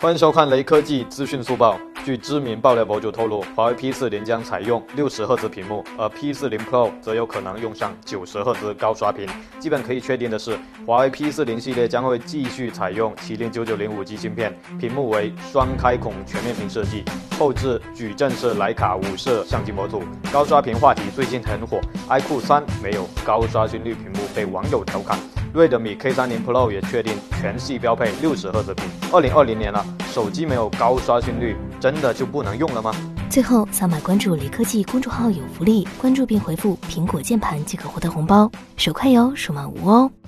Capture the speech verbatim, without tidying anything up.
欢迎收看雷科技资讯速报。据知名爆料博主透露，华为 P 四零将采用六十赫兹屏幕，而 P 四零 Pro 则有可能用上九十赫兹高刷屏。基本可以确定的是，华为 P 四零系列将会继续采用麒麟九九零五 G 芯片，屏幕为双开孔全面屏设计，后置矩阵式徕卡五摄相机模组。高刷屏话题最近很火 ，iQOO 三没有高刷新率屏幕被网友调侃。瑞德米 K 三十 Pro 也确定全系标配六十赫兹屏。二零二零年了，手机没有高刷新率，真的就不能用了吗？ 最后，扫码关注雷科技公众号有福利，关注并回复苹果键盘即可获得红包，手快有，手慢无哦。